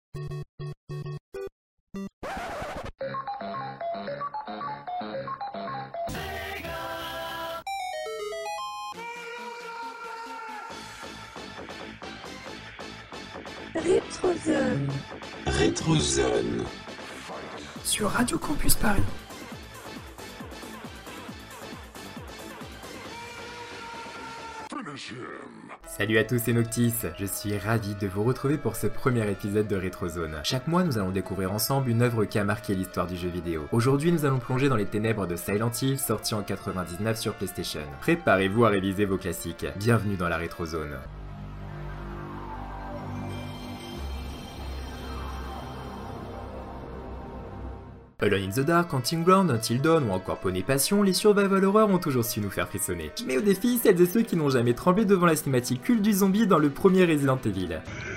Rétrozone. Rétrozone. Sur Radio Campus Paris. Salut à tous, c'est Noctis, je suis ravi de vous retrouver pour ce premier épisode de Rétrozone. Chaque mois, nous allons découvrir ensemble une œuvre qui a marqué l'histoire du jeu vidéo. Aujourd'hui, nous allons plonger dans les ténèbres de Silent Hill, sorti en 99 sur PlayStation. Préparez-vous à réviser vos classiques. Bienvenue dans la Rétrozone. Alone in the Dark, Hunting Ground, Until Dawn ou encore Poney Passion, les survival horror ont toujours su nous faire frissonner. Je mets au défi celles et ceux qui n'ont jamais tremblé devant la cinématique culte du zombie dans le premier Resident Evil.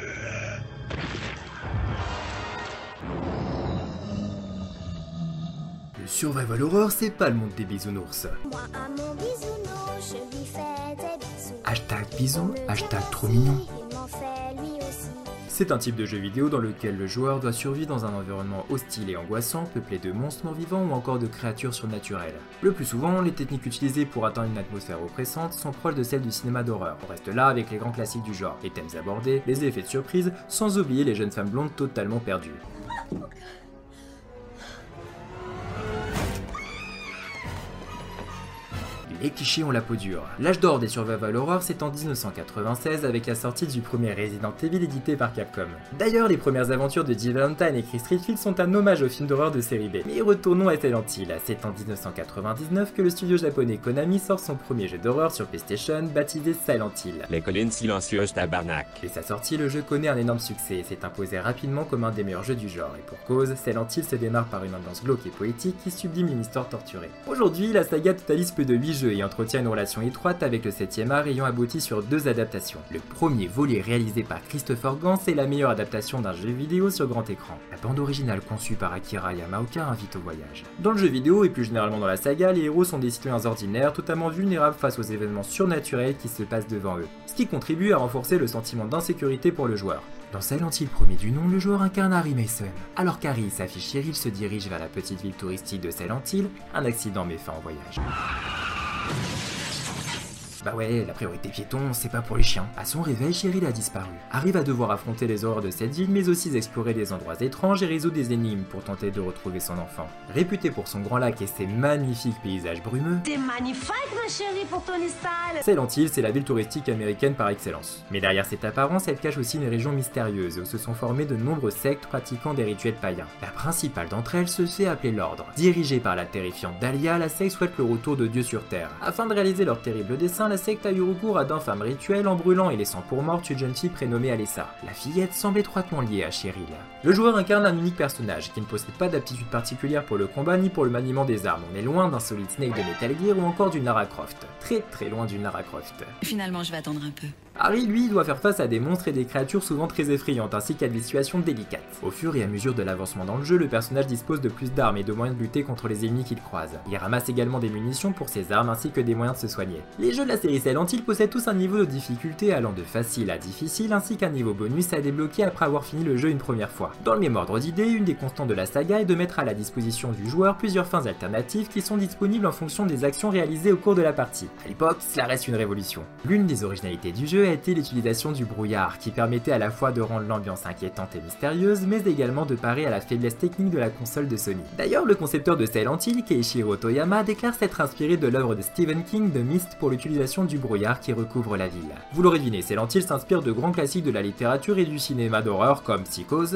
Le survival horror, c'est pas le monde des bisounours. Moi à mon bisounours, je lui fais des bisous. Hashtag bisous, hashtag trop mignon. Il m'en fait lui aussi. C'est un type de jeu vidéo dans lequel le joueur doit survivre dans un environnement hostile et angoissant, peuplé de monstres morts-vivants ou encore de créatures surnaturelles. Le plus souvent, les techniques utilisées pour atteindre une atmosphère oppressante sont proches de celles du cinéma d'horreur. On reste là avec les grands classiques du genre, les thèmes abordés, les effets de surprise, sans oublier les jeunes femmes blondes totalement perdues. Les clichés ont la peau dure. L'âge d'or des survival horror, c'est en 1996 avec la sortie du premier Resident Evil édité par Capcom. D'ailleurs, les premières aventures de Jill Valentine et Chris Redfield sont un hommage aux films d'horreur de série B. Mais retournons à Silent Hill. C'est en 1999 que le studio japonais Konami sort son premier jeu d'horreur sur PlayStation, baptisé Silent Hill. Les collines silencieuses tabarnak. Dès sa sortie, le jeu connaît un énorme succès et s'est imposé rapidement comme un des meilleurs jeux du genre. Et pour cause, Silent Hill se démarre par une ambiance glauque et poétique qui sublime une histoire torturée. Aujourd'hui, la saga totalise plus de 8 jeux et entretient une relation étroite avec le 7ème art ayant abouti sur 2 adaptations. Le premier volet réalisé par Christopher Gans est la meilleure adaptation d'un jeu vidéo sur grand écran. La bande originale conçue par Akira Yamaoka invite au voyage. Dans le jeu vidéo et plus généralement dans la saga, les héros sont des citoyens ordinaires totalement vulnérables face aux événements surnaturels qui se passent devant eux, ce qui contribue à renforcer le sentiment d'insécurité pour le joueur. Dans Silent Hill premier du nom, le joueur incarne Harry Mason. Alors qu'Harry, sa fille Cheryl, se dirige vers la petite ville touristique de Silent Hill, un accident met fin au voyage. Bah ouais, la priorité piéton, c'est pas pour les chiens. À son réveil, Cheryl a disparu. Harry va devoir affronter les horreurs de cette ville, mais aussi explorer des endroits étranges et résoudre des énigmes pour tenter de retrouver son enfant. Réputé pour son grand lac et ses magnifiques paysages brumeux, T'es magnifique ma chérie pour ton style. Silent Hill, c'est la ville touristique américaine par excellence. Mais derrière cette apparence, elle cache aussi une région mystérieuse où se sont formées de nombreuses sectes pratiquant des rituels païens. La principale d'entre elles se fait appeler l'Ordre. Dirigée par la terrifiante Dahlia, la secte souhaite le retour de Dieu sur Terre. Afin de réaliser leur terrible dessein, la secte a eu recours à d'infâmes rituels en brûlant et laissant pour morte une jeune fille prénommée Alessa. La fillette semble étroitement liée à Cheryl. Le joueur incarne un unique personnage qui ne possède pas d'aptitude particulière pour le combat ni pour le maniement des armes. On est loin d'un solide Snake de Metal Gear ou encore d'une Lara Croft. Très loin d'une Lara Croft. Finalement, je vais attendre un peu. Harry, lui, doit faire face à des monstres et des créatures souvent très effrayantes, ainsi qu'à des situations délicates. Au fur et à mesure de l'avancement dans le jeu, le personnage dispose de plus d'armes et de moyens de lutter contre les ennemis qu'il croise. Il ramasse également des munitions pour ses armes, ainsi que des moyens de se soigner. Les jeux de la série Silent Hill possèdent tous un niveau de difficulté allant de facile à difficile, ainsi qu'un niveau bonus à débloquer après avoir fini le jeu une première fois. Dans le même ordre d'idées, une des constantes de la saga est de mettre à la disposition du joueur plusieurs fins alternatives qui sont disponibles en fonction des actions réalisées au cours de la partie. À l'époque, cela reste une révolution. L'une des originalités du jeu a été l'utilisation du brouillard, qui permettait à la fois de rendre l'ambiance inquiétante et mystérieuse, mais également de parer à la faiblesse technique de la console de Sony. D'ailleurs, le concepteur de Silent Hill, Keiichiro Toyama, déclare s'être inspiré de l'œuvre de Stephen King de Myst pour l'utilisation du brouillard qui recouvre la ville. Vous l'aurez deviné, Silent Hill s'inspire de grands classiques de la littérature et du cinéma d'horreur comme Psychose,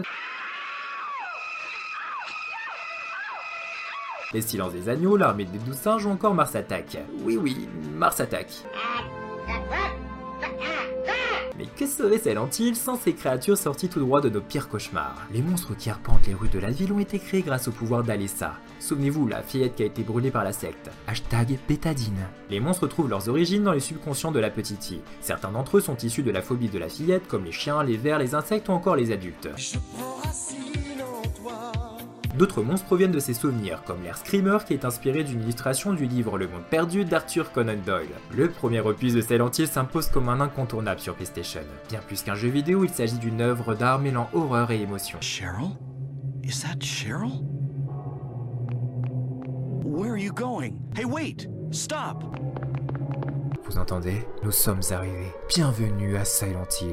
Les Silences des Agneaux, L'Armée des 12 Singes ou encore Mars Attack. Oui, Mars Attack. Mais que serait Silent Hill sans ces créatures sorties tout droit de nos pires cauchemars? Les monstres qui arpentent les rues de la ville ont été créés grâce au pouvoir d'Alessa. Souvenez-vous, la fillette qui a été brûlée par la secte. Hashtag bétadine. Les monstres trouvent leurs origines dans les subconscients de la petite fille. Certains d'entre eux sont issus de la phobie de la fillette, comme les chiens, les vers, les insectes ou encore les adultes. D'autres monstres proviennent de ses souvenirs, comme l'air Screamer qui est inspiré d'une illustration du livre Le Monde Perdu d'Arthur Conan Doyle. Le premier opus de Silent Hill s'impose comme un incontournable sur PlayStation. Bien plus qu'un jeu vidéo, il s'agit d'une œuvre d'art mêlant horreur et émotion. Cheryl? Is that Cheryl? Where are you going? Hey, wait! Stop! Vous entendez? Nous sommes arrivés. Bienvenue à Silent Hill.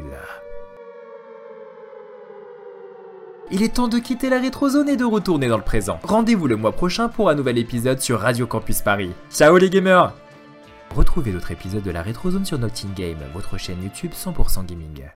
Il est temps de quitter la rétrozone et de retourner dans le présent. Rendez-vous le mois prochain pour un nouvel épisode sur Radio Campus Paris. Ciao les gamers! Retrouvez d'autres épisodes de la rétrozone sur Noctine Game, votre chaîne YouTube 100% gaming.